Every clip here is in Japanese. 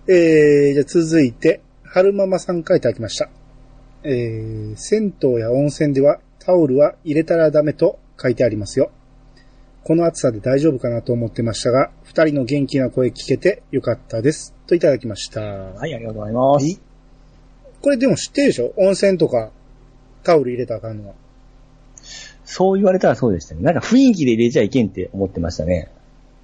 じゃあ続いて、春ママさんからいただきました。銭湯や温泉ではタオルは入れたらダメと書いてありますよ。この暑さで大丈夫かなと思ってましたが、二人の元気な声聞けてよかったです。といただきました。 はい、ありがとうございます。はい、 これでも知ってるでしょ？温泉とかタオル入れたらあかんのは。 そう言われたらそうでしたね。なんか雰囲気で入れちゃいけんって思ってましたね。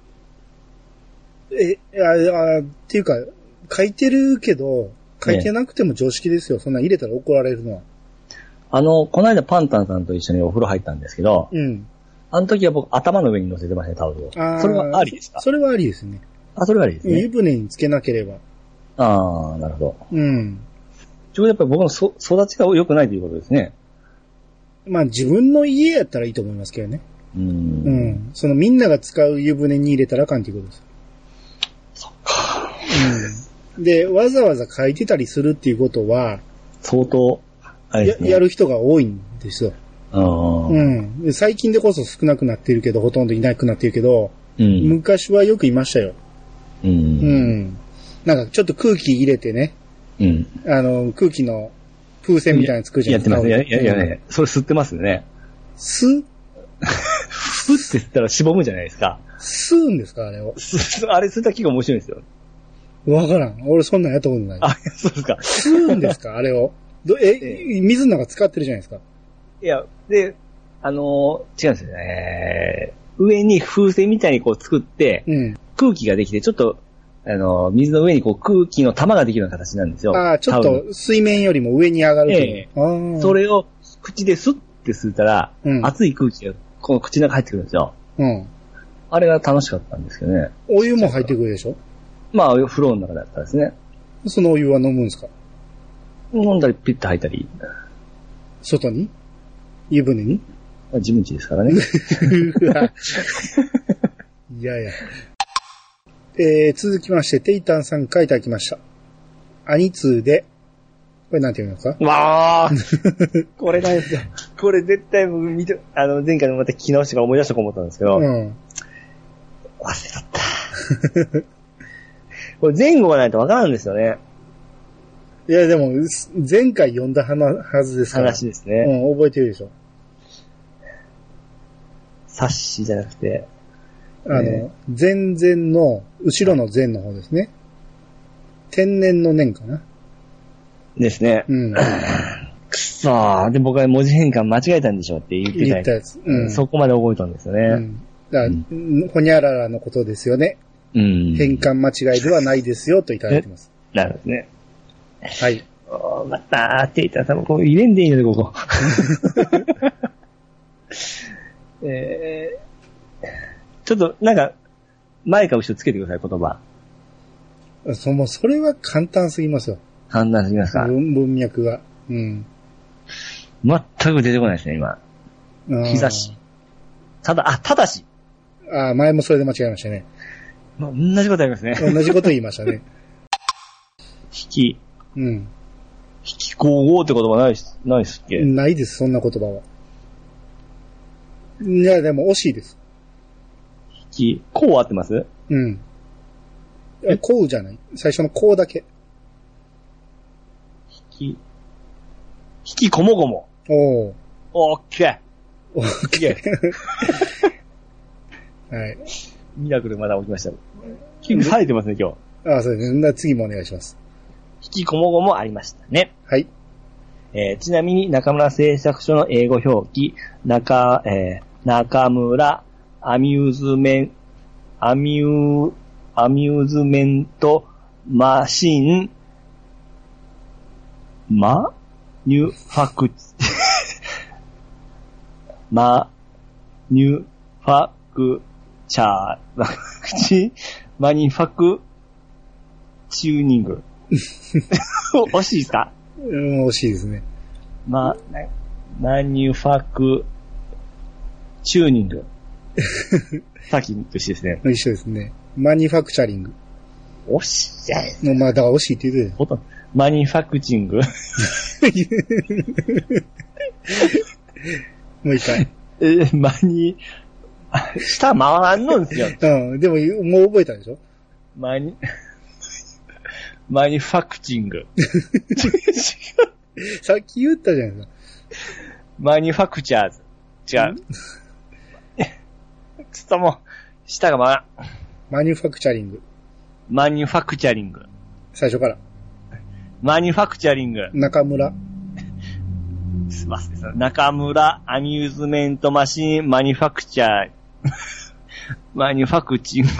っていうか、書いてるけど、書いてなくても常識ですよ。そんな入れたら怒られるのは。 この間パンタンさんと一緒にお風呂入ったんですけど、 うん。 あの時は僕頭の上に乗せてましたね、タオルを。それはありですか？ それはありですね。 それはありですね。 湯船につけなければ。 なるほど。 うん。 ちょうどやっぱり僕の育ちが良くないということですね。 まあ自分の家やったらいいと思いますけどね。うん。そのみんなが使う湯船に入れたらあかんということです。 そっか。 うん。で、わざわざ書いてたりするっていうことは、 相当、あれですね。 やる人が多いんですよ。 うん。 最近でこそ少なくなっているけど、ほとんどいなくなっているけど、昔はよくいましたよ。なんかちょっっと空気入れてね。空気の風船みたいなの作るじゃないですか。 やってます。いやね。それ吸ってますよね。 吸ふって吸ったらしぼむじゃないですか。 吸うんですかあれを。 あれ吸った気が面白いんですよ。 わからん。俺そんなんやったことない。 そうですか。 吸うんですかあれを。水の中使ってるじゃないですか。 いや、で、違うんですよね。上に風船みたいにこう作って、空気ができて、ちょっと、水の上にこう空気の玉ができるような形なんですよ。 ちょっと水面よりも上に上がると。 それを口でスッて吸ったら、熱い空気がこの口の中入ってくるんですよ。あれが楽しかったんですけどね。 お湯も入ってくるでしょ？ まあ、風呂の中だったんですね。 そのお湯は飲むんですか？ 飲んだりピッと吐いたり。 外に？湯船に？ 自分家ですからね。 いやいや。続きまして、テイタンさんからいただきました。アニツーで、これなんて言うんですか？ わーこれなんですよ。これ絶対僕前回のまた聞き直してから思い出したと思ったんですけど、忘れちゃった。これ前後がないとわからんですよね。 いやでも、前回読んだはずですから。 話ですね。 覚えてるでしょ。 冊子じゃなくて、 前々の、後ろの前の方ですね。天然の年かな。 ですね。くそー。で、僕は文字変換間違えたんでしょって言ったやつ。そこまで覚えたんですよね。 だから、ほにゃららのことですよね。変換間違いではないですよといただいてます。 なるほどね。 はい。 またって言ったら多分こう入れんでいいので、ここ。ちょっと、なんか、前か後ろつけてください、言葉。 それは簡単すぎますよ。 簡単すぎますか？ 文脈が。全く出てこないですね、今。日差し。ただし。 前もそれで間違えましたね。 同じことありますね。 同じこと言いましたね。 引き交互って言葉ないっすっけ？ ないです、そんな言葉は。いや、でも惜しいです。 こう合ってます？ こうじゃない。最初のこうだけ。 引きこもごも。 オッケー。 はい。 ミラクルまだ起きました。晴れてますね、今日。そうですね。次もお願いします。 引きこもごもありましたね。 はい。 ちなみに中村製作所の英語表記、中村アミューズメントマシンマニュファクチャーマニファクチューニング惜しいですか？ 惜しいですね。 マニファクチューニングさっきと一緒ですね。 一緒ですね。マニファクチャリング。 惜しいじゃないですか。だから惜しいって言うてる。 マニファクチング。もう一回。 下回らんのんすよ。 でももう覚えたでしょ？ マニファクチング。 さっき言ったじゃないですか。 マニファクチャーズ。違う。ちょっともう、舌がマニュファクチャリング。 マニファクチャリング。 最初から。 マニファクチャリング。 中村。 すいません。中村アミューズメントマシンマニファクチャー。マニファクチング。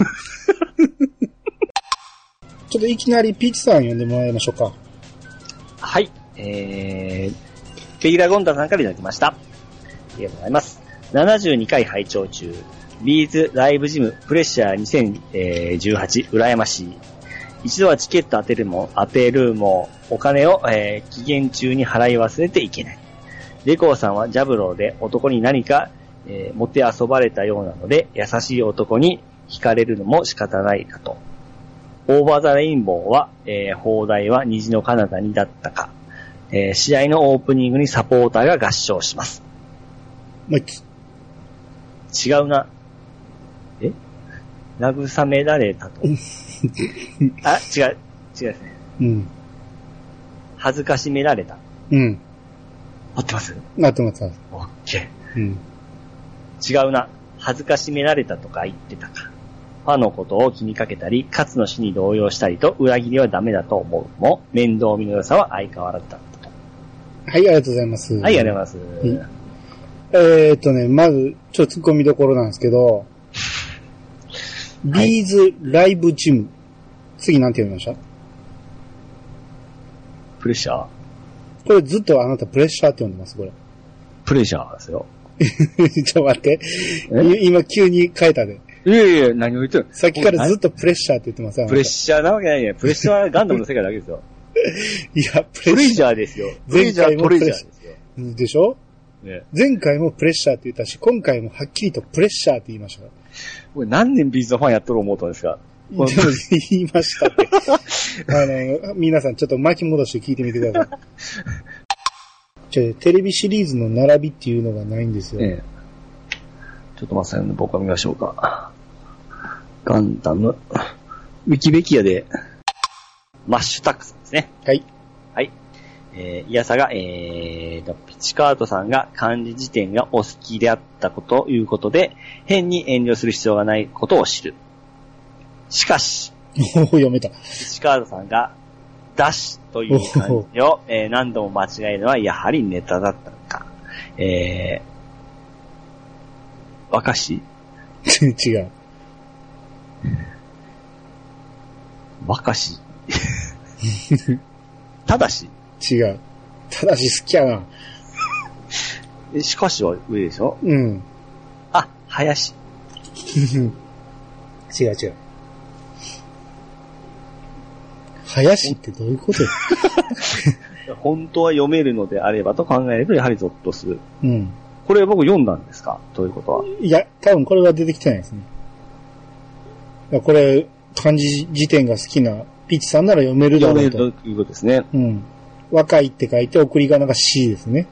ちょっといきなりピーチさん呼んでもらいましょうか。 はい。ペギラゴンダさんからいただきました。ありがとうございます。72回拝聴中。ビーズライブジムプレッシャー2018羨ましい。一度はチケット当てるもお金を、期限中に払い忘れていけない。レコーさんはジャブローで男に何か、もてあそばれたようなので優しい男に惹かれるのも仕方ないかと。オーバーザレインボーは、放題は虹の彼方にだったか。試合のオープニングにサポーターが合唱します。 もう一つ。違うな。慰められたと。あ、違うですね。 うん。 恥ずかしめられた。 うん。 合ってます？ 合ってます。 オッケー。うん。 違うな。恥ずかしめられたとか言ってたか。ファンのことを気にかけたり、勝の死に動揺したりと裏切りはダメだと思うも、面倒見の良さは相変わらずだったと。 はい、ありがとうございます。 はい、ありがとうございます。 まず、ちょっと突っ込みどころなんですけど、ビーズライブジム。次なんて読みました？ プレッシャー。 これずっとあなたプレッシャーって読んでます、これ。 プレッシャーですよ。 ちょっと待って。今急に変えたで。 いや、何を言ってるの？ さっきからずっとプレッシャーって言ってます。 プレッシャーなわけないね。プレッシャーはガンダムの世界だけですよ。 いや、 プレッシャーですよ。 前回もプレッシャーですよ。でしょ？ ね、 前回もプレッシャーって言ったし、今回もはっきりとプレッシャーって言いました。 これ何年ビーズのファンやっとる思うたんですか？ でも言いましたって。皆さんちょっと巻き戻して聞いてみてください。テレビシリーズの並びっていうのがないんですよ。 ちょっと待ってね、僕は見ましょうか。ガンダム、ウィキベキアで、マッシュタックさんですね。 はい。 はい。イヤサが、ピチカートさんが漢字辞典がお好きであったことということで、変に遠慮する必要がないことを知る。しかし、 読めた。 ピチカートさんが、ダッシュという漢字を、何度も間違えるのはやはりネタだったのか。若し違う。 若し。ただし。 違う。ただし好きやな。 しかしは上でしょ？ うん。 あ、林。 違う。林ってどういうことよ。 本当は読めるのであればと考えるとやはりゾッとする。 うん。 これ僕読んだんですか？ということは。 いや、多分これは出てきてないですね。これ、漢字辞典が好きなピッチさんなら読めるだろうと。 読めるということですね。 うん。若いって書いて送り仮名が C ですね。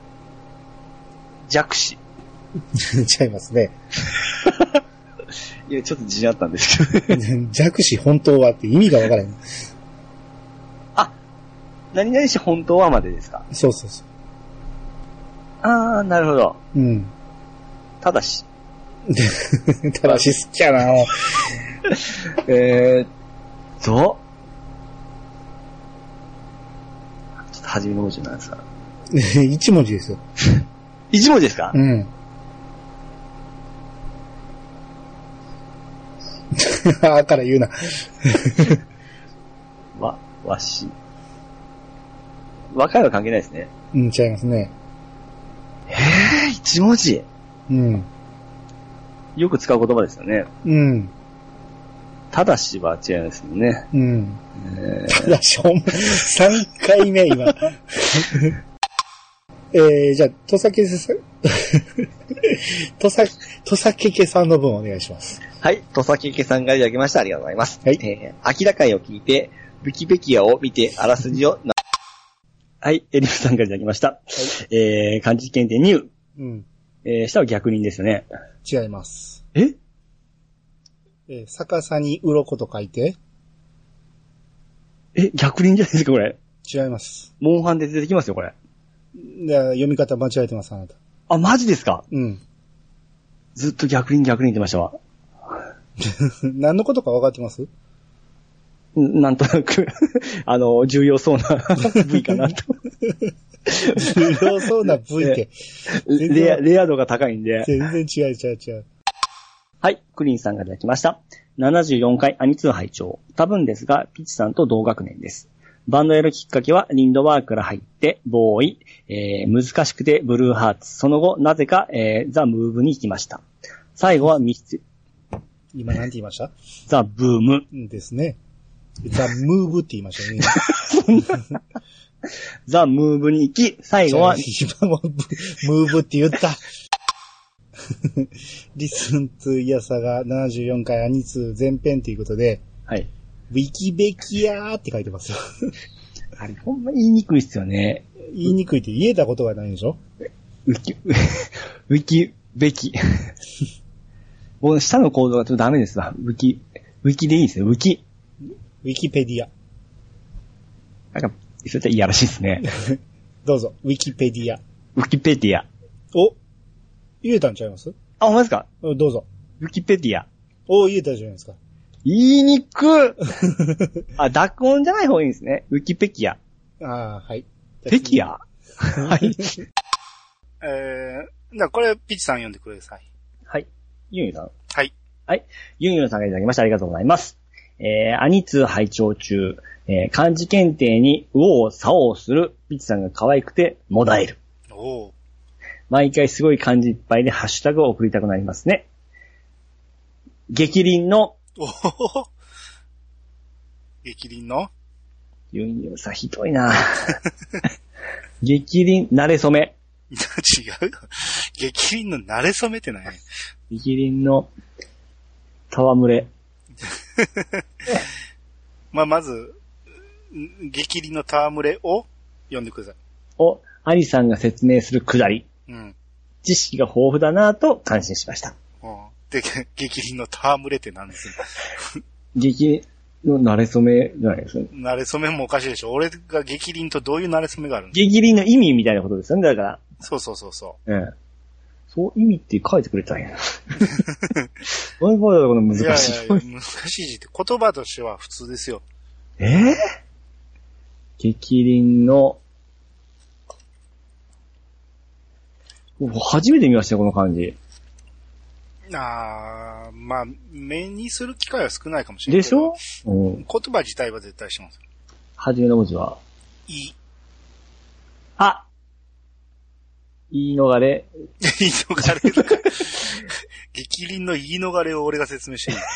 弱視。 違いますね。 いや、ちょっと自信あったんですけど。 弱視本当はって意味がわからない。 あ、何々し本当はまでですか？ そう。 あー、なるほど。 うん。 ただし。 ただし好きやな。 ちょっと初めの文字なんですか？ 一文字ですよ。 一文字ですか？ うん。あから言うな。 わし。若いは関係ないですね。 うん、違いますね。 一文字。 うん。 よく使う言葉ですよね。 うん。 ただしは違いますよね。 うん。ただし、3回目今。じゃあ、土佐けけさんの分お願いします。 はい、土佐けけさんがいただきました。ありがとうございます。 はい。 明らかいを聞いて、ウィキペキアを見て、あらすじをはい、エリフさんからいただきました。はい、漢字検定2。 うん。 下は逆人ですよね。 違います。 逆さに鱗と書いて、 逆輪じゃないですか、これ。 違います。 モンハンで出てきますよ、これ。 読み方間違えてます、あなた。 あ、マジですか？ うん。 ずっと逆輪言ってましたわ。 何のことか分かってます？ なんとなく、重要そうな部位かなと。 重要そうな部位って。 レア度が高いんで。 全然違う。 はい、クリーンさんがいただきました。74回アニツー拝聴。多分ですが、ピッチさんと同学年です。バンドやるきっかけはリンドバーから入って、ボーイ、難しくてブルーハーツ。その後、なぜか、ザ・ムーブに行きました。最後は今なんて言いました？ ザ・ブーム。 ですね。ザ・ムーブって言いましたね。 ザ・ムーブに行き、最後は今もムーブって言った。リスンツイヤサが74回アニツー前編ということで、 はい。 ウィキベキヤーって書いてますよ。 あれ、ほんま言いにくいっすよね。 言いにくいって言えたことがないでしょ？ ウィキベキ。もう下のコードがちょっとダメですわ。ウィキでいいですよ、ウィキペディア。なんか、それっていやらしいですね。 どうぞ、ウィキペディア。 ウィキペディア。 お、言えたんちゃいます？ あ、ほんまですか？ どうぞ。 ウィキペディア。 お、言えたじゃないですか。 言いにくあ、濁音じゃない方がいいんですね。ウィキペキア。 ああ、はい。 ペキアはい。 じゃあこれ、ピチさん読んでください。 はい。ユンユンさん。 はい。 はい。ユンユンさんがいただきました。ありがとうございます。アニツー拝聴中、漢字検定に右往左往するピチさんが可愛くてもだえる。 おー。 毎回すごい漢字いっぱいでハッシュタグを送りたくなりますね。激鱗のおお。激鱗のユンユンさんひどいな激鱗、慣れ初め。 違うよ。激鱗の慣れ初めって何？ 激鱗の戯れ。 まず、激鱗の戯れを読んでください。 を、アリさんが説明するくだり。 うん。 知識が豊富だなぁと感心しました。 で、激鱗の戯れって何ですか？ 激の慣れ初めじゃないですか。 慣れ初めもおかしいでしょ。俺が激鱗とどういう慣れ初めがあるんですか？ 激鱗の意味みたいなことですよね、だから。 そう。 そう意味って書いてくれたんや。どういうことだこの難しい。 いや難しい字って言葉としては普通ですよ。 激鱗の、初めて見ましたよ、この漢字。 まあ、目にする機会は少ないかもしれない。 でしょ？ うん。言葉自体は絶対します。 初めの文字は？言い逃れ。 言い逃れとか。激鱗の言い逃れを俺が説明していい？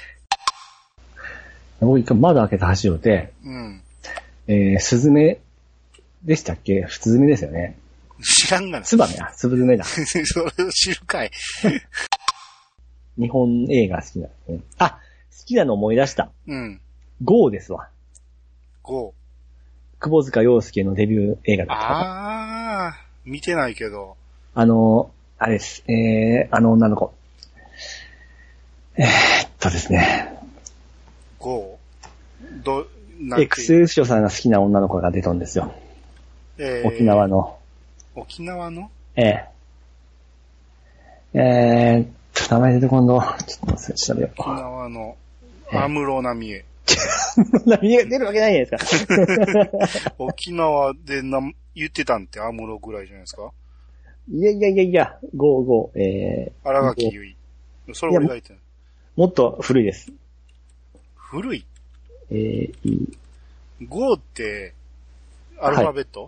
僕一回窓開けた橋をて、スズメでしたっけ？スズメですよね。 知らんがな。 ツバメや、スズメだ。 それを知るかい。 日本映画好きなんですね。好きなの思い出した。ゴーですわ。 ゴー。窪塚洋介のデビュー映画だった。 見てないけど。 あれです。女の子。ですね。 ゴーエクセルシオさんが好きな女の子が出たんですよ。沖縄の。 沖縄の？ 名前出てこんの。ちょっと調べよう。 沖縄の、安室奈美恵。 安室奈美恵が出るわけないじゃないですか。 沖縄で言ってたんって安室ぐらいじゃないですか？ いや、ゴー、 荒垣結衣。それ俺が言ってない。 もっと古いです。 古い？ゴーって、アルファベット？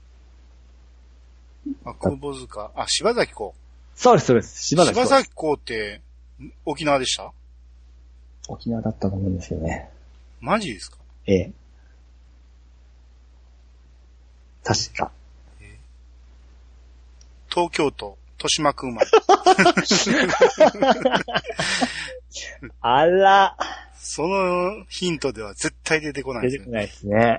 窪塚。柴咲コウ。 そうです。柴咲コウって、沖縄でした？ 沖縄だったと思うんですよね。 マジですか？ 確か。 東京都、豊島区生まれ。 あら。 そのヒントでは絶対出てこないですね。 出てこないですね。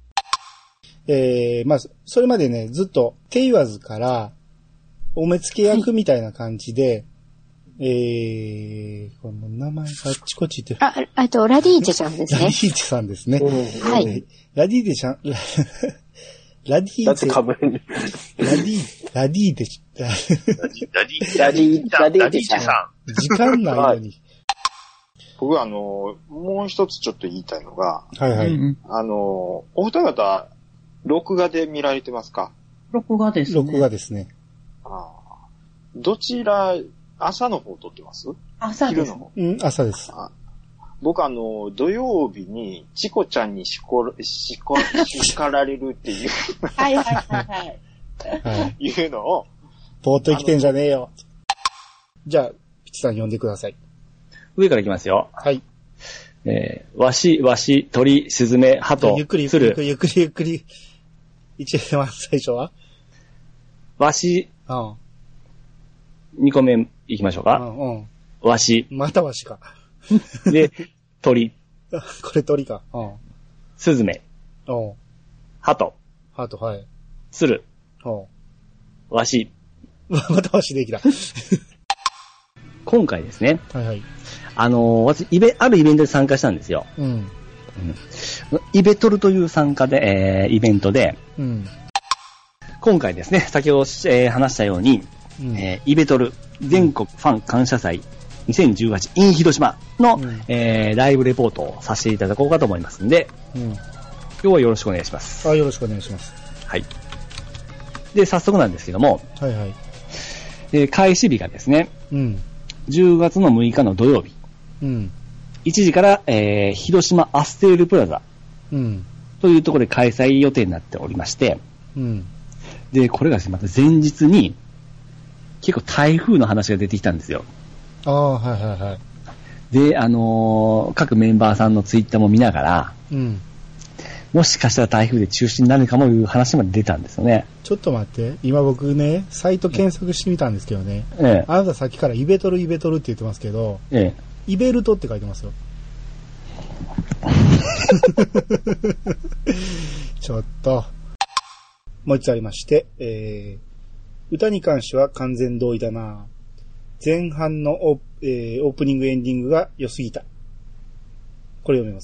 それまでね、ずっと、手言わずから、お目付け役みたいな感じで、 この名前があっちこっち言ってる。 ラディーチェちゃんですね。 ラディーチェさんですね。 はい。 ラディーチェちゃん、ラディーチェ。 だって被れん。 ラディーチェ。 ラディーチェさん。時間ないのに。 僕もう一つちょっと言いたいのが、 はいはい。 お二方、録画で見られてますか？ 録画ですね。 録画ですね。 どちら、朝の方撮ってます？ 朝です。昼の方？ 朝です。 僕土曜日にチコちゃんに叱られるっていう。 はいはいはいはい。いうのを。 ぼーっと生きてんじゃねえよ。じゃあ、ピチさん呼んでください。 上からいきますよ。 はい。 わし、鳥、スズメ、ハト、 ゆっくり。一番最初はわし、2個目いきましょうか。わし。 またわしか。 で、鳥。 これ鳥か。 スズメ。ハト。 はい。 鶴。わし。 またわしできた。 今回ですね。 はいはい。 私、あるイベントで参加したんですよ。イベトルというイベントで、今回ですね、先ほど、話したように、イベトル全国ファン感謝祭2018 in 広島の、ライブレポートをさせていただこうかと思いますんで、今日はよろしくお願いします。 よろしくお願いします。 はい。で、早速なんですけども、 はいはい。 開始日がですね、10月の6日の土曜日、1時から、広島アステールプラザ、というところで開催予定になっておりまして、で、これがですね、また前日に、結構台風の話が出てきたんですよ。 はいはいはい。 で、各メンバーさんのツイッターも見ながら、もしかしたら台風で中止になるかもいう話まで出たんですよね。 ちょっと待って、今僕ね、サイト検索してみたんですけどね、あなたさっきからイベトルって言ってますけど、イベルトって書いてますよ。ちょっと。もう一つありまして、歌に関しては完全同意だな。前半のオープニングエンディングが良すぎた。これ読めます？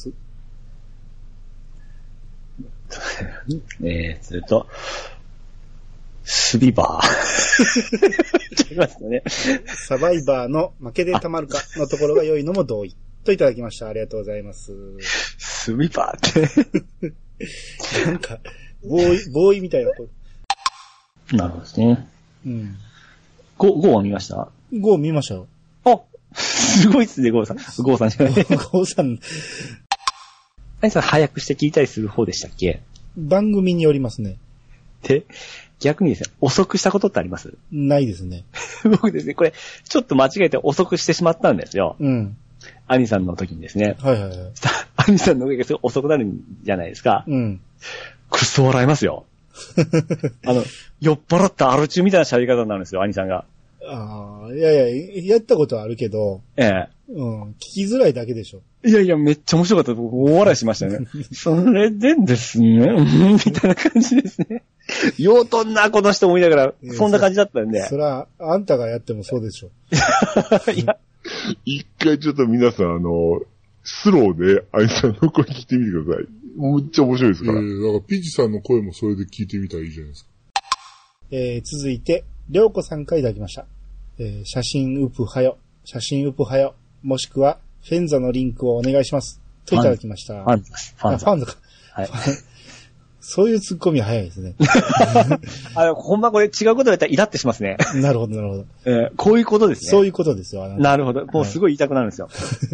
スビバー。違いますね。 サバイバーの負けでたまるかのところが良いのも同意。といただきました。ありがとうございます。 スビバーって。 なんか、ボーイみたいな声。 なるほどですね。ゴーは見ました？ ゴー見ましたよ。 すごいっすね、ゴーさん。ゴーさんじゃない。 ゴーさん。 何さん早くして聞いたりする方でしたっけ？ 番組によりますね。 で、逆にですね、遅くしたことってあります？ ないですね。 僕ですね、これ、ちょっと間違えて遅くしてしまったんですよ。アニさんの時にですね。 はいはいはい。 アニさんの上がすごい遅くなるんじゃないですか。くっそ笑いますよ。酔っ払ったアル中みたいな喋り方になるんですよ、アニさんが。 いやったことはあるけど、聞きづらいだけでしょ。 いや、めっちゃ面白かった。僕、大笑いしましたね。それでですね、みたいな感じですね。ようとんな、この人思いながら、そんな感じだったんで。 そら、あんたがやってもそうでしょ。 いや、一回ちょっと皆さん、スローで、アイさんの声聞いてみてください。むっちゃ面白いですから。 だからピチさんの声もそれで聞いてみたらいいじゃないですか。 続いて、りょうこさんからいただきました。写真ウプはよ、もしくは、フェンザのリンクをお願いします。といただきました。 ファンザか。 はい。そういうツッコミは早いですね。 ほんまこれ違うことだったらイラってしますね。 なるほど。 こういうことですね。 そういうことですよ。 なるほど。もうすごい言いたくなるんですよ。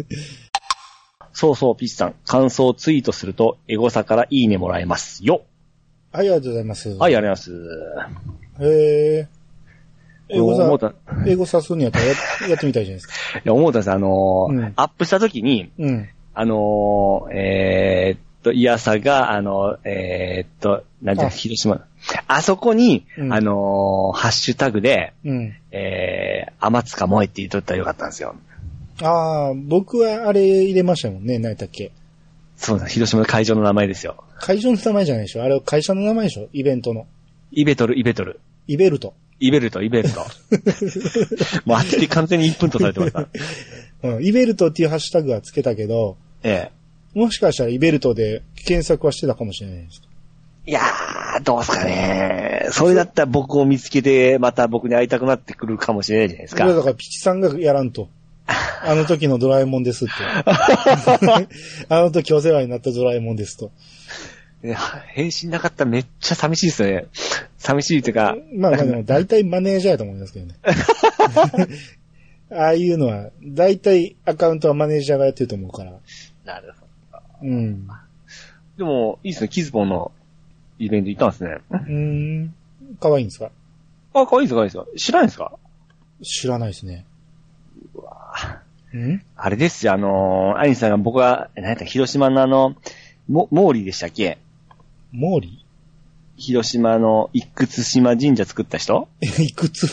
そう、ピッチさん。感想をツイートすると、エゴサからいいねもらえますよ。 はい、ありがとうございます。 はい、ありがとうございます。 英語さすにやったらやってみたいじゃないですか。 いや、思ったんです。アップしたときに、イヤサが、なんて、広島。あそこに、ハッシュタグで、天塚萌えって言っとったらよかったんですよ。 僕はあれ入れましたもんね、何やったっけ。 そうだ、広島の会場の名前ですよ。 会場の名前じゃないでしょ。あれは会社の名前でしょ、イベントの。 イベトル。 イベルト。 イベルト。もうあっちで完全に1分とされてました。 うん、イベルトっていうハッシュタグはつけたけど、もしかしたらイベルトで検索はしてたかもしれないです。 いやー、どうすかね。それだったら僕を見つけて、また僕に会いたくなってくるかもしれないじゃないですか。 だからピチさんがやらんと。あの時のドラえもんですって。あの時お世話になったドラえもんですと。 返信なかったらめっちゃ寂しいですよね。寂しいというか。 まあでも大体マネージャーやと思いますけどね。ああいうのは、大体アカウントはマネージャーがやってると思うから。 なるほど。 うん。 でも、いいですね。キズボンのイベント行ったんですね。 かわいいんですか？ あ、かわいいですか？知らないですか？ 知らないですね。 うわあれですよ、アニさんが僕は、広島の毛利でしたっけ？ 毛利？ 広島の厳島神社作った人？ 厳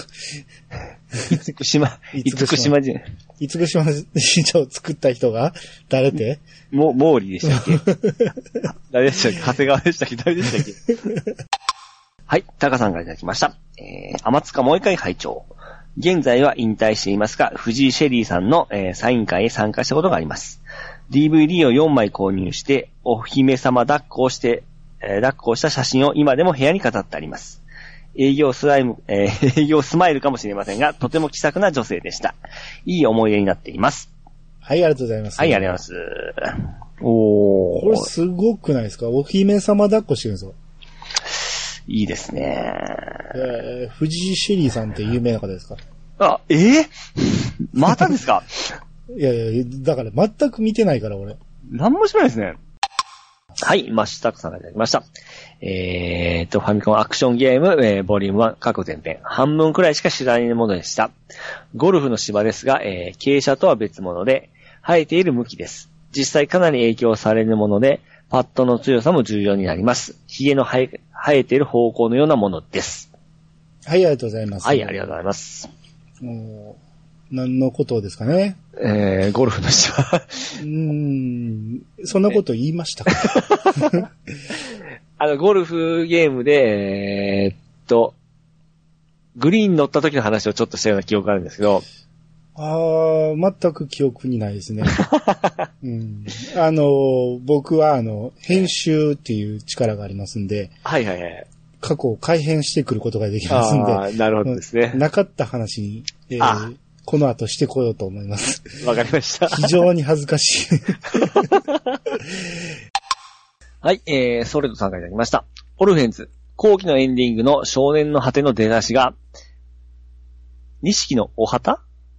島神社を作った人が誰って毛利でしたっけ？誰でしたっけ？長谷川でしたっけ？誰でしたっけ？はい、タカさんからいただきました。天塚もう一回会長。現在は引退していますが、藤井シェリーさんの、サイン会へ参加したことがあります。DVD を4枚購入して、お姫様抱っこをした写真を今でも部屋に飾ってあります。営業スマイルかもしれませんが、とても気さくな女性でした。いい思い出になっています。 はい、ありがとうございます。 はい、ありがとうございます。 これすごくないですか？お姫様抱っこしてるんですよ。 いいですね。 藤井シェリーさんって有名な方ですか？ またですか？ いや、だから全く見てないから俺。 なんもしないですね。はい、マッシュタクさんがいただきました。ファミコンアクションゲーム、ボリューム1各前編。半分くらいしか知らないものでした。ゴルフの芝ですが、傾斜とは別物で、生えている向きです。実際かなり影響されるもので、パッドの強さも重要になります。髭の生えている方向のようなものです。 はい、ありがとうございます。 はい、ありがとうございます。 何のことですかね。 ゴルフの芝。 そんなこと言いましたか？ ゴルフゲームで、グリーン乗った時の話をちょっとしたような記憶があるんですけど。 全く記憶にないですね。僕は編集っていう力がありますんで。 はいはいはい。 過去を改変してくることができますんで。 なるほどですね。 なかった話に、この後してこようと思います。 わかりました。 非常に恥ずかしい。 はい、ソレドさんからいただきました。オルフェンズ、後期のエンディングの少年の果ての出だしが、錦のお旗？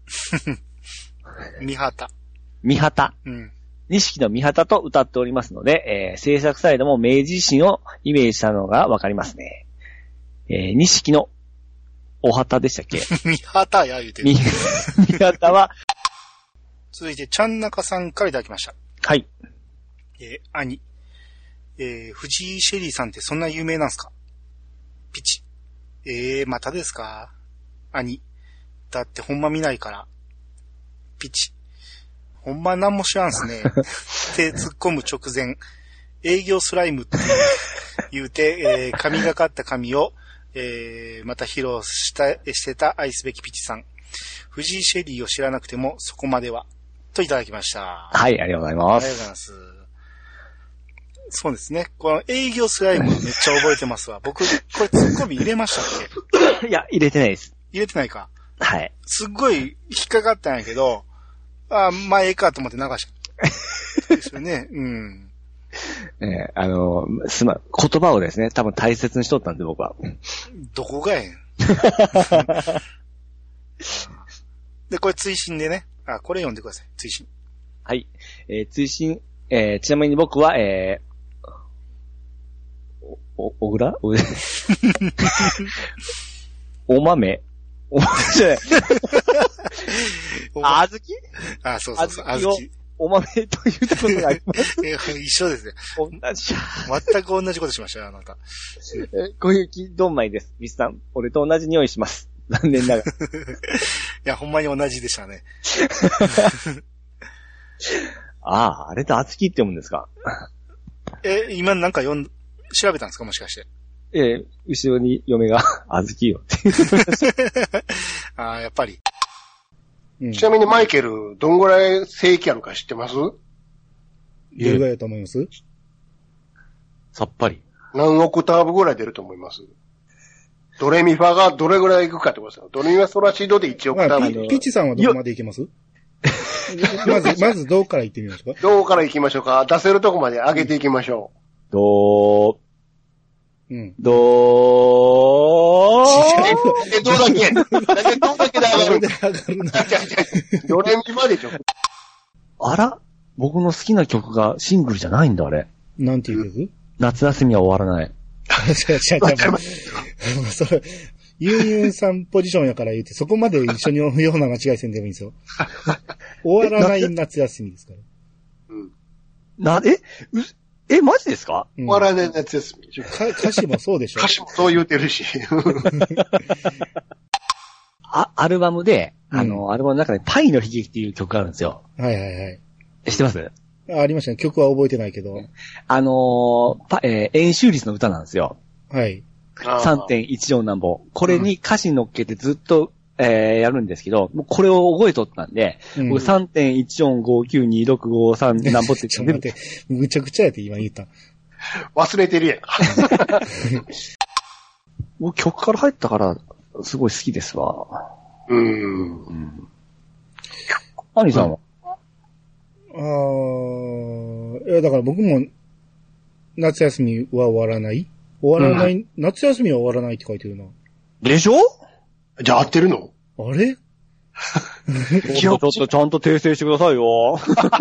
三旗。 三旗。錦の三旗と歌っておりますので、制作サイドも明治維新をイメージしたのがわかりますね。錦のお旗でしたっけ？ 三旗や言うてる。 三旗は、 続いて、ちゃんなかさんからいただきました。 はい。 兄。藤井シェリーさんってそんな有名なんすか？ピチ。またですか？兄。だってほんま見ないから。ピチ。ほんまなんも知らんすね。って突っ込む直前、営業スライムって言うて、神がかった髪を、また披露してた愛すべきピチさん。藤井シェリーを知らなくてもそこまでは。といただきました。 はい、ありがとうございます。 ありがとうございます。そうですね。この営業スライムめっちゃ覚えてますわ。僕、これツッコミ入れましたっけ？いや、入れてないです。 入れてないか。 はい。 すっごい引っかかったんやけど、まあええかと思って流した。ですよね。 言葉をですね、多分大切にしとったんで僕は。 どこがやねん。で、これ追伸でね。これ読んでください。追伸。 はい。追伸、ちなみに僕は、おぐらお豆お豆じゃない。あずき？ そうそうそう。あずき。 お豆と言ったことがあります。 一緒ですね。 同じ。 全く同じことしましたよ、あなた。 小雪どんまいです。ミスさん、俺と同じ匂いします。残念ながら。いや、ほんまに同じでしたね。 あれとあずきって読むんですか？ 今なんか調べたんですかもしかして。 後ろに嫁が、あずきよってああ、やっぱり。 ちなみにマイケル、どんぐらい正規あるか知ってます？ どれぐらいだと思います？ さっぱり。 何オクターブぐらい出ると思います？ドレミファがどれぐらいいくかってことですよ。ドレミファソラシドで1オクターブ。 ピッチさんはどこまでいけます？まずどうから行ってみましょうか。 どうから行きましょうか。出せるとこまで上げていきましょう。 どうだけで上がるな。 ドレミファでしょ。 あら？僕の好きな曲がシングルじゃないんだ、あれ。 なんていう曲？ 夏休みは終わらない。 それ、ユンユンさんポジションやから言って、そこまで一緒に読むような間違いせんでもいいんですよ。終わらない夏休みですから。 マジですか？ 終わらない夏休み。 歌詞もそうでしょ？ 歌詞もそう言うてるし。 アルバムで、アルバムの中でパイの悲劇っていう曲があるんですよ。 はいはいはい。 知ってます？ ありましたね。曲は覚えてないけど。 演習率の歌なんですよ。 はい。 3.14 なんぼ。これに歌詞乗っけてずっと、やるんですけど、もうこれを覚えとったんで、僕 3.14592653 なんぼってちょっと待って、むちゃくちゃやって今言った。 忘れてるやん。 もう曲から入ったから、すごい好きですわ。アニさんは？ いや、だから僕も、夏休みは終わらない夏休みは終わらないって書いてるな。 でしょ？ じゃあ合ってるの？ あれちょっとちゃんと訂正してくださいよ。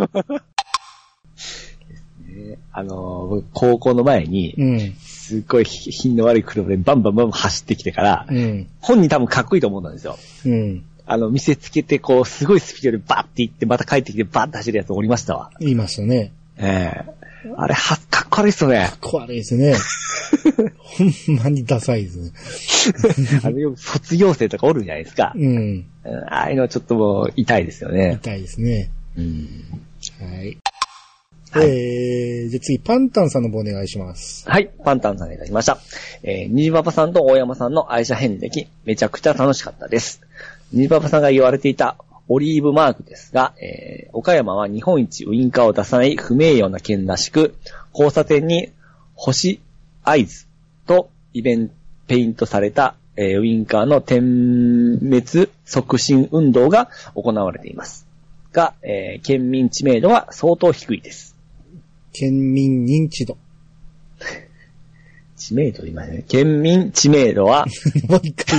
僕、高校の前に、すっごい品の悪い車でバンバン走ってきてから、本人多分かっこいいと思うんですよ。見せつけて、すごいスピードでバッて行って、また帰ってきてバッて走るやつおりましたわ。 言いますよね。 あれ、かっこ悪いっすよね。 かっこ悪いですね。ほんまにダサいです。 卒業生とかおるじゃないですか。ああいうのはちょっともう痛いですよね。 痛いですね。はい。じゃあ次、パンタンさんの方お願いします。 はい、パンタンさんがいただきました。ニジパパさんと大山さんの愛車遍歴、めちゃくちゃ楽しかったです。ニジパパさんが言われていたオリーブマークですが、岡山は日本一ウインカーを出さない不名誉な県らしく、交差点に星合図とペイントされた、ウインカーの点滅促進運動が行われていますが、県民知名度は相当低いです。 県民認知度。 知名度言いますね。県民知名度はもう一回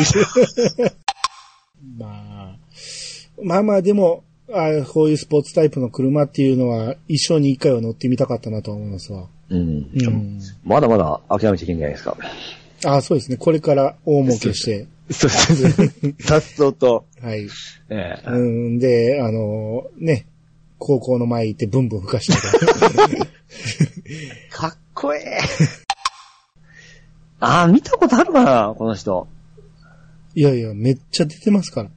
まあでもこういうスポーツタイプの車っていうのは一生に一回は乗ってみたかったなと思いますわ。 まだまだ諦めちゃいけないですか。 そうですね。これから大儲けして。 そうですね。さっそうと。 はい。で、ね、高校の前行ってブンブン吹かしてかっこええ。見たことあるかな、この人。 いやいや、めっちゃ出てますから。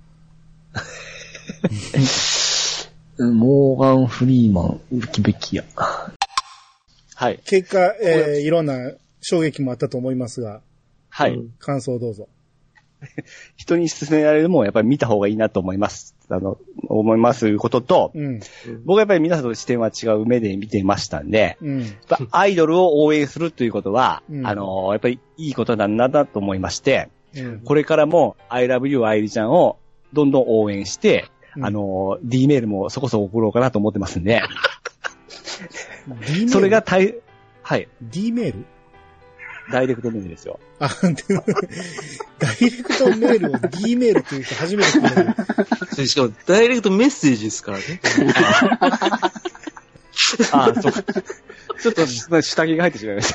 モーガン・フリーマン、ウキベキア。はい。 結果、いろんな衝撃もあったと思いますが。 はい。 感想をどうぞ。 人に勧められるもんやっぱり見た方がいいなと思います。思いますことと、僕はやっぱり皆さんと視点は違う目で見てましたんで、アイドルを応援するということは、やっぱりいいことなんだと思いまして、これからも I love you 愛理ちゃんをどんどん応援して、D メールもそこそこ送ろうかなと思ってますんで、それがはい。 D メール？ ダイレクトメールですよ。 ダイレクトメールを D メールって言うと初めて聞いた。 しかも、ダイレクトメッセージですからね。 そうか。ちょっと、下着が入ってしまいました。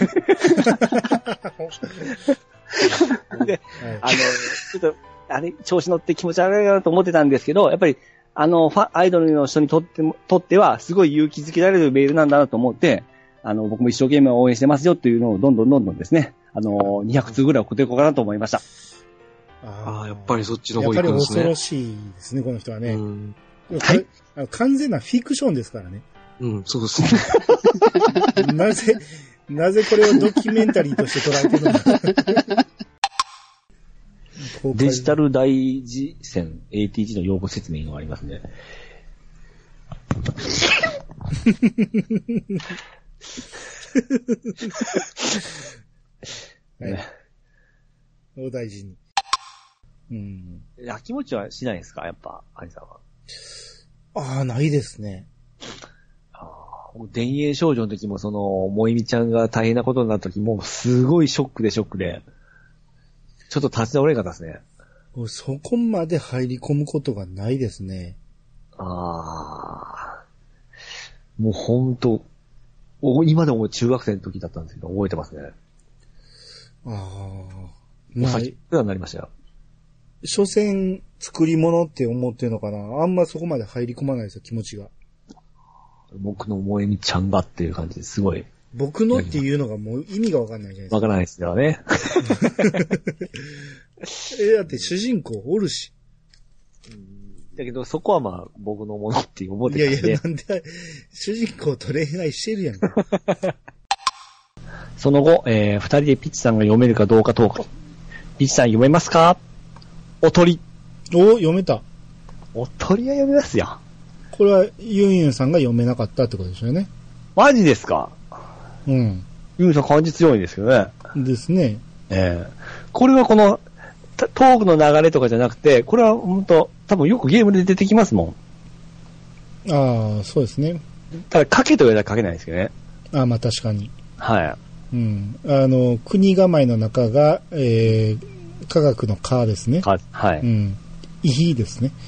で、ちょっと、調子乗って気持ち悪いなと思ってたんですけど、やっぱり、アイドルの人にとっては、すごい勇気づけられるメールなんだなと思って、僕も一生懸命応援してますよっていうのをどんどんですね、200通ぐらい送っていこうかなと思いました。 やっぱりそっちの方行くんですね。 やっぱり恐ろしいですね、この人はね。 はい。 なぜこれをドキュメンタリーとして捉えてるのか。 デジタル大事線 ATG の用語説明がありますね。 はい。お大事に。 焼きもちはしないですかやっぱ、アニさんは。 ああ、ないですね。 田園少女の時も萌実ちゃんが大変なことになった時も、すごいショックで、ちょっと立ち直れなかったですね。 そこまで入り込むことがないですね。 もうほんと、今でも中学生の時だったんですけど、覚えてますね。もう先になりましたよ。 所詮、作り物って思ってるのかな。あんまそこまで入り込まないですよ、気持ちが。 僕の萌実ちゃんがっていう感じですごい。 僕のっていうのがもう意味がわかんないじゃないですか。 わからないですよね。 だって主人公おるし。 だけどそこはまあ僕のものって思ってたんで。 いやなんで、主人公と恋愛してるやんか。 その後、二人でピッチさんが読めるかどうかトーク。ピッチさん読めますか？おとり。 読めた。 おとりは読めますよ。 これはユンユンさんが読めなかったってことですよね。 マジですか？ユンユンさん漢字強いんですけどね。 ですね。 これはこのトークの流れとかじゃなくて、これは本当多分よくゲームで出てきますもん。ああ、そうですね。 ただ書けと言われたら書けないですけどね。 まあ確かに。 はい。 国構えの中が、科学の科ですね。 はい。 いいですね。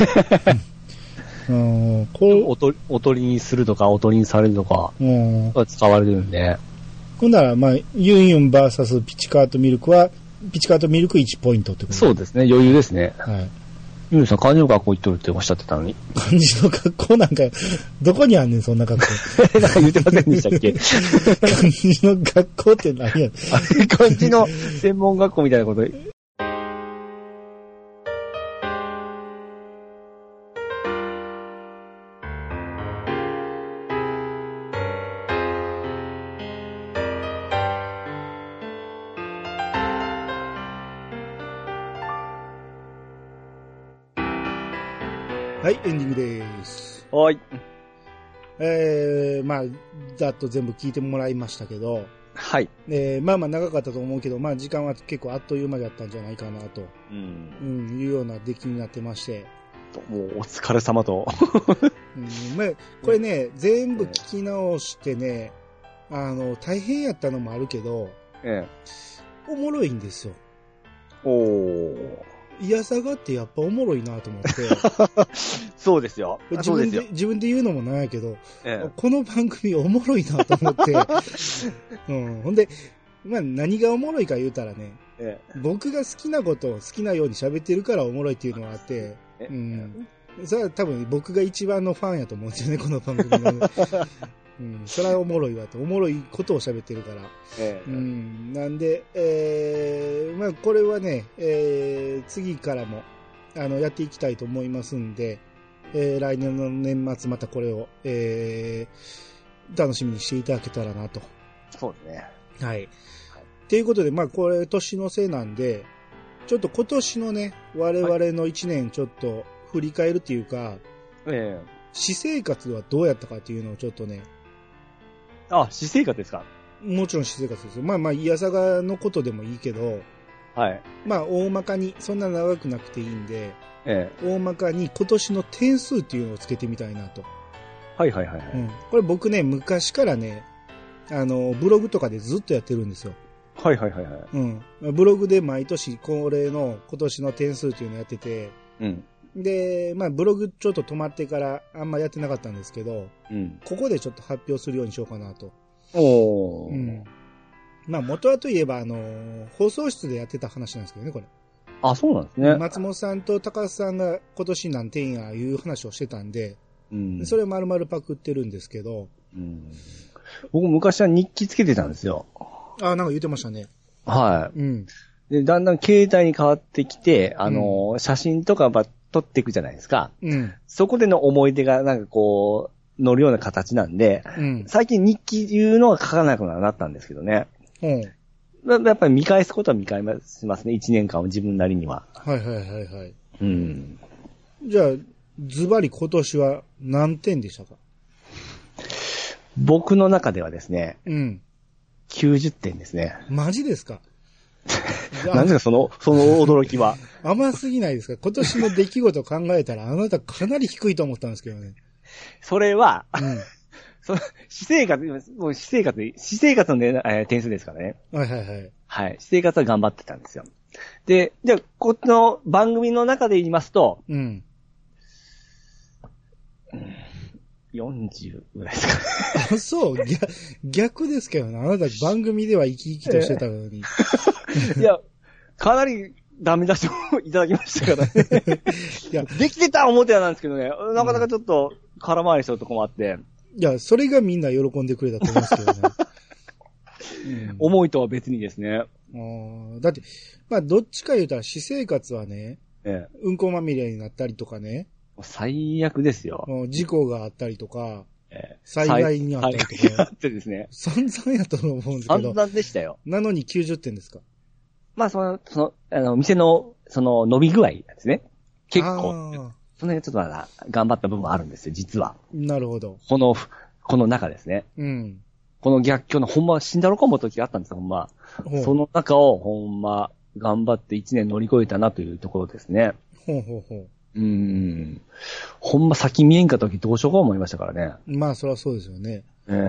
おとりにするとか、おとりにされるとか、使われてるんで。 ほんなら、まあ、ユンユン VS ピチカートミルクは、ピチカートミルク1ポイントってことそうですね、余裕ですね。 はい。 ユンユンさん、漢字の学校行っとるっておっしゃってたのに。 漢字の学校なんか、どこにあんねん、そんな学校。 なんか言ってませんでしたっけ？ 漢字の学校って何や漢字の専門学校みたいなこと。 はい、エンディングです。 はい。 まあ、ざっと全部聞いてもらいましたけど、 はい。 まあまあ長かったと思うけど、まあ時間は結構あっという間だったんじゃないかなと、いうような出来になってまして。 もうお疲れ様と。 まあ、これね、全部聞き直してね、大変やったのもあるけど、おもろいんですよ。いやさがってやっぱおもろいなと思って。 そうですよ。 自分で言うのもなんやけど、この番組おもろいなと思って。ほんで、まあ何がおもろいか言うたらね、僕が好きなことを好きなように喋ってるからおもろいっていうのがあって、それは多分僕が一番のファンやと思うんですよね、この番組の。それはおもろいわと。おもろいことを喋ってるから。なんで、まあ、これはね、次からも、やっていきたいと思いますんで、来年の年末またこれを、楽しみにしていただけたらなと。 そうですね。 はい。ということで、まあ、これ年のせいなんで、ちょっと今年のね、我々の1年ちょっと振り返るっていうか、私生活はどうやったかっていうのをちょっとね、 私生活ですか？ もちろん私生活ですよ。まあまあ、いやさがのことでもいいけど、 はい。 まあ、大まかに、そんな長くなくていいんで、大まかに今年の点数っていうのをつけてみたいなと。 はい。 これ僕ね、昔からね、ブログとかでずっとやってるんですよ。 はい。 ブログで毎年恒例の今年の点数っていうのをやってて、で、まあ、ブログちょっと止まってからあんまやってなかったんですけど、ここでちょっと発表するようにしようかなと。まあ、元はといえば、放送室でやってた話なんですけどね、これ。 そうなんですね。 松本さんと高須さんが今年何点やいう話をしてたんで、それを丸々パクってるんですけど、 僕昔は日記つけてたんですよ。 なんか言ってましたね。 はい。で、だんだん携帯に変わってきて、写真とか撮っていくじゃないですか。そこでの思い出がなんかこう、 載るような形なんで、最近日記いうのは書かなくなったんですけどね。やっぱり見返すことは見返しますね。1年間を自分なりには。 はいはいはいはい。じゃあ、ズバリ今年は何点でしたか？ 僕の中ではですね、90点ですね。 マジですか？ 何ですかその驚きは。 甘すぎないですか？今年の出来事を考えたらあなたかなり低いと思ったんですけどね。 それは、私生活の、ね、点数ですからね。 はいはいはい。 はい。私生活は頑張ってたんですよ。で、じゃあ、この番組の中で言いますと、40ぐらいですか。 あ、そう。逆ですけどね。あなた番組では生き生きとしてたのに。 いや、かなりダメ出しをいただきましたからね。いや、できてた思ってたんですけどね、なかなかちょっと空回りしたとこもあって。 いや、それがみんな喜んでくれたと思いますけどね。 思いとは別にですね。 だって、まあ、どっちか言うたら私生活はね、うんこまみれになったりとかね。 最悪ですよ。 事故があったりとか、災害にあったりとか。 災害があってですね。 散々やと思うんですけど。 散々でしたよ。 なのに90点ですか？ まあ、店の、伸び具合ですね。結構、その辺ちょっと頑張った部分はあるんですよ、実は。 なるほど。 この中ですね。この逆境のほんま死んだろか思う時があったんですよ、ほんま。その中をほんま頑張って1年乗り越えたなというところですね。ほんま先見えんかった時どうしようか思いましたからね。 まあ、そりゃそうですよね。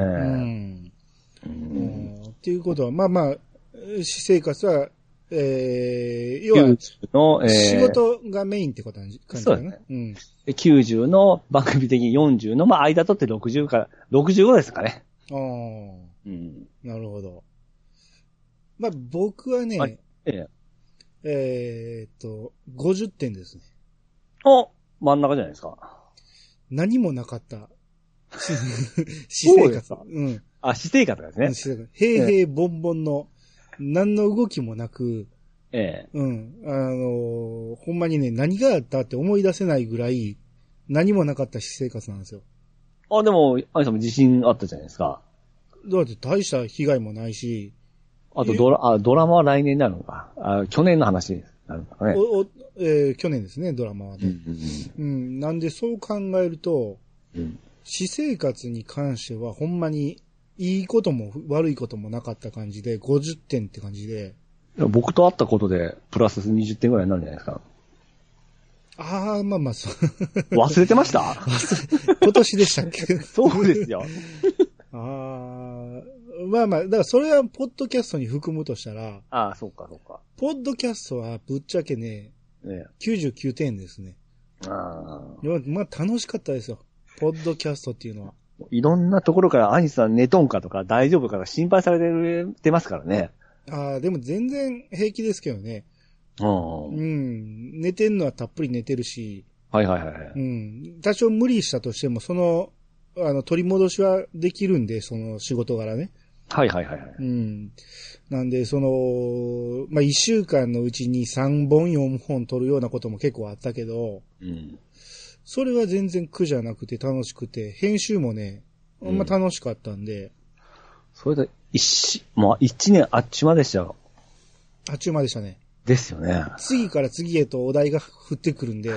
っていうことは、まあまあ、私生活は、要は、仕事がメインってことなんですかね。 90の番組的に40の、まあ間取って60から、65ですかね。 なるほど。まあ僕はね、50点ですね。 真ん中じゃないですか。 何もなかった。私生活。 私生活ですね。 平々凡々の、何の動きもなく、ほんまにね、何があったって思い出せないぐらい、何もなかった私生活なんですよ。 でも、アイさんも自信あったじゃないですか。 だって大した被害もないし。 あとドラマは来年になるのか。去年の話になるのかね。 去年ですね、ドラマはね。なんでそう考えると、私生活に関してはほんまにいいことも悪いこともなかった感じで、50点って感じで。 僕と会ったことで、プラス20点ぐらいになるんじゃないですか。 まあまあ、そう。 忘れてました今年でしたっけ？ そうですよ。 まあまあ、だからそれはポッドキャストに含むとしたら。 そうかそうか。 ポッドキャストはぶっちゃけね、99点ですね。まあ楽しかったですよ。ポッドキャストっていうのは。 いろんなところからアニさん寝とんかとか大丈夫かが心配されてますからね。 でも全然平気ですけどね。寝てんのはたっぷり寝てるし。多少無理したとしても、取り戻しはできるんで、その仕事柄ね。なんで、まあ、1週間のうちに3本4本撮るようなことも結構あったけど、それは全然苦じゃなくて楽しくて、編集もね、まあ、楽しかったんで。 それで、もう1年あっちゅう間でしたよ。 あっちゅう間でしたね。 ですよね。 次から次へとお題が降ってくるんで。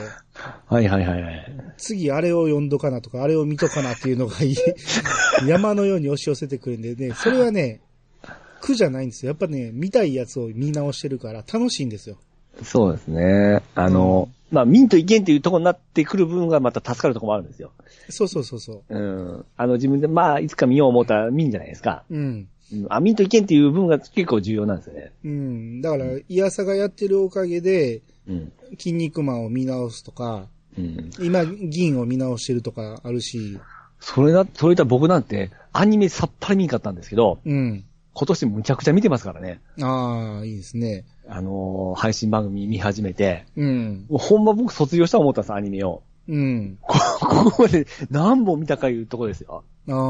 次あれを読んどかなとか、あれを見とかなっていうのが山のように押し寄せてくるんでね、それはね、苦じゃないんですよ。やっぱね、見たいやつを見直してるから楽しいんですよ。 そうですね。まあ、見んといけんっていうところになってくる部分がまた助かるところもあるんですよ。 そう。 自分で、まあ、いつか見よう思ったら見んじゃないですか。見んといけんっていう部分が結構重要なんですよね。 だから、イヤサがやってるおかげで、筋肉マンを見直すとか、今、銀を見直してるとかあるし。 それだ僕なんて、アニメさっぱり見んかったんですけど、今年むちゃくちゃ見てますからね。 いいですね。 配信番組見始めて、もうほんま僕卒業したと思ったんです、アニメを。ここまで何本見たかいうとこですよ。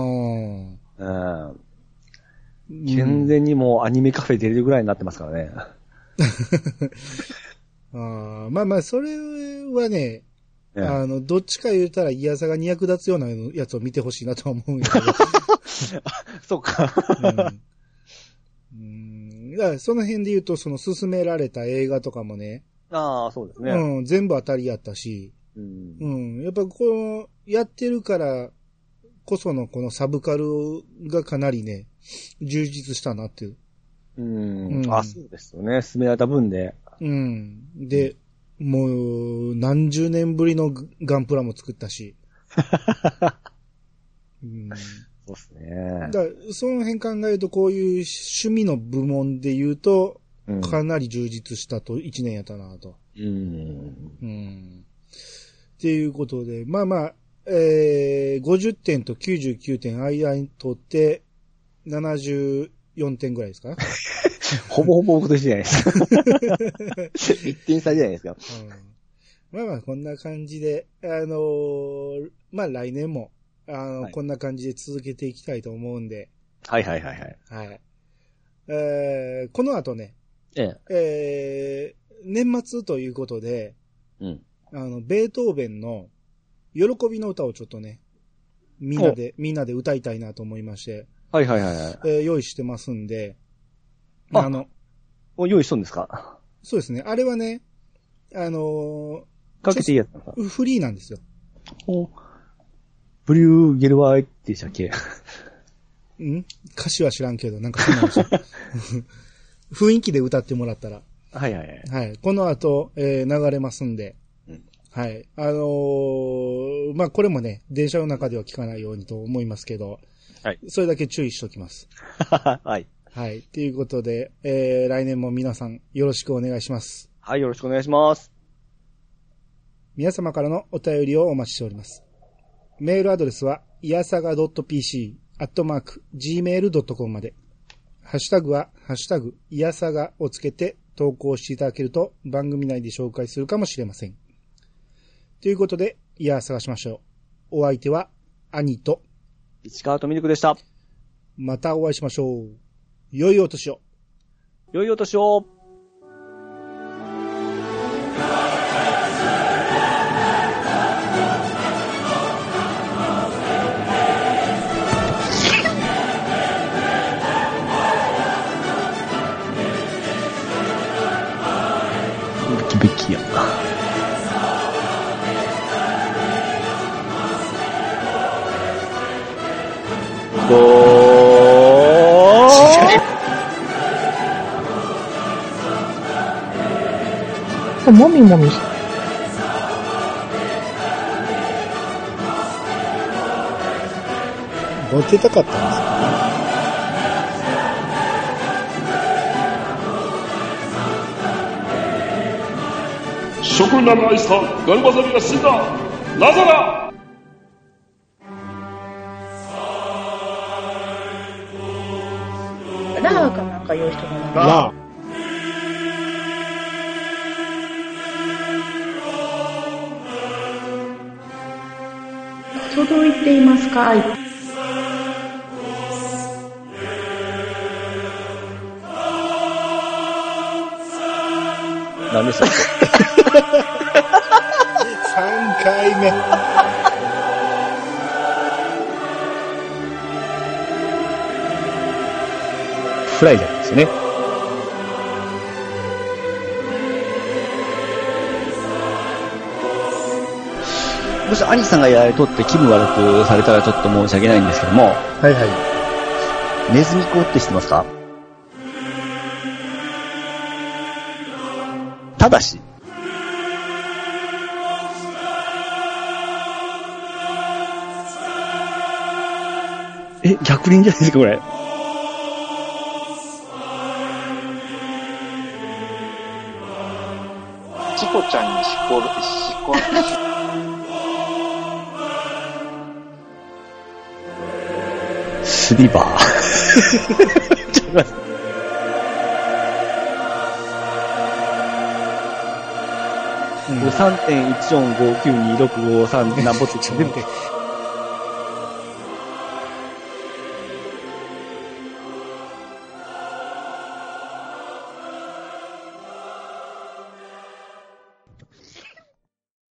完全にもうアニメカフェ出れるぐらいになってますからね。 まあまあ、それはね、 どっちか言うたら、イヤサガに役立つようなやつを見てほしいなとは思うんやけど。 そうか。 だからその辺で言うと、その勧められた映画とかもね。 ああ、そうですね。 全部当たりやったし。やっぱこの、やってるからこそのこのサブカルがかなりね、充実したなっていう。 そうですよね。勧められた分で。 で、もう、何十年ぶりのガンプラも作ったし。 そうですね。 だその辺考えると、こういう趣味の部門で言うと、かなり充実したと、1年やったなと。っていうことで、まあまあ、50点と99点間にとって、74点ぐらいですかほぼほぼ僕と一緒じゃないですか。1点差じゃないですか。 まあまあ、こんな感じで、まあ来年も、こんな感じで続けていきたいと思うんで。 はい。 この後ね、年末ということで、ベートーベンの喜びの歌をちょっとね、みんなで歌いたいなと思いまして。用意してますんで。 用意しとんですか？ そうですね。あれはね、 かけていいやつなんですか？フリーなんですよ。 ブリューゲルワイってでしたっけ？ 歌詞は知らんけど、なんかそうなんですよ。雰囲気で歌ってもらったら。 はい。 この後、流れますんで。はい。まあ、これもね、電車の中では聞かないようにと思いますけど、それだけ注意しときます。 はい。 ということで、来年も皆さんよろしくお願いします。 はい、よろしくお願いします。 皆様からのお便りをお待ちしております。メールアドレスは、いやさが .pc@gmail.com まで。ハッシュタグは、ハッシュタグ、いやさがをつけて投稿していただけると番組内で紹介するかもしれません。ということで、いや探しましょう。お相手は、兄と、 市川とミルクでした。 またお会いしましょう。良いお年を。 良いお年を。ビキビキやな。 もみもみして。 モテたかったんです。諸君らの愛したガルバザビが死んだ。なぜだ。 ラーかなんか用意してもらう。 ラー。 届いていますか？愛。 何でしたっけ ？3回目。 フライじゃないですよね。もし兄さんがやられとって気分悪くされたらちょっと申し訳ないんですけども。 はいはい。 ネズミ講って知ってますか？ただし。逆輪じゃないですか、これ。 チコちゃんにスリバー。ちょっと待って。3.14592653何歩って言って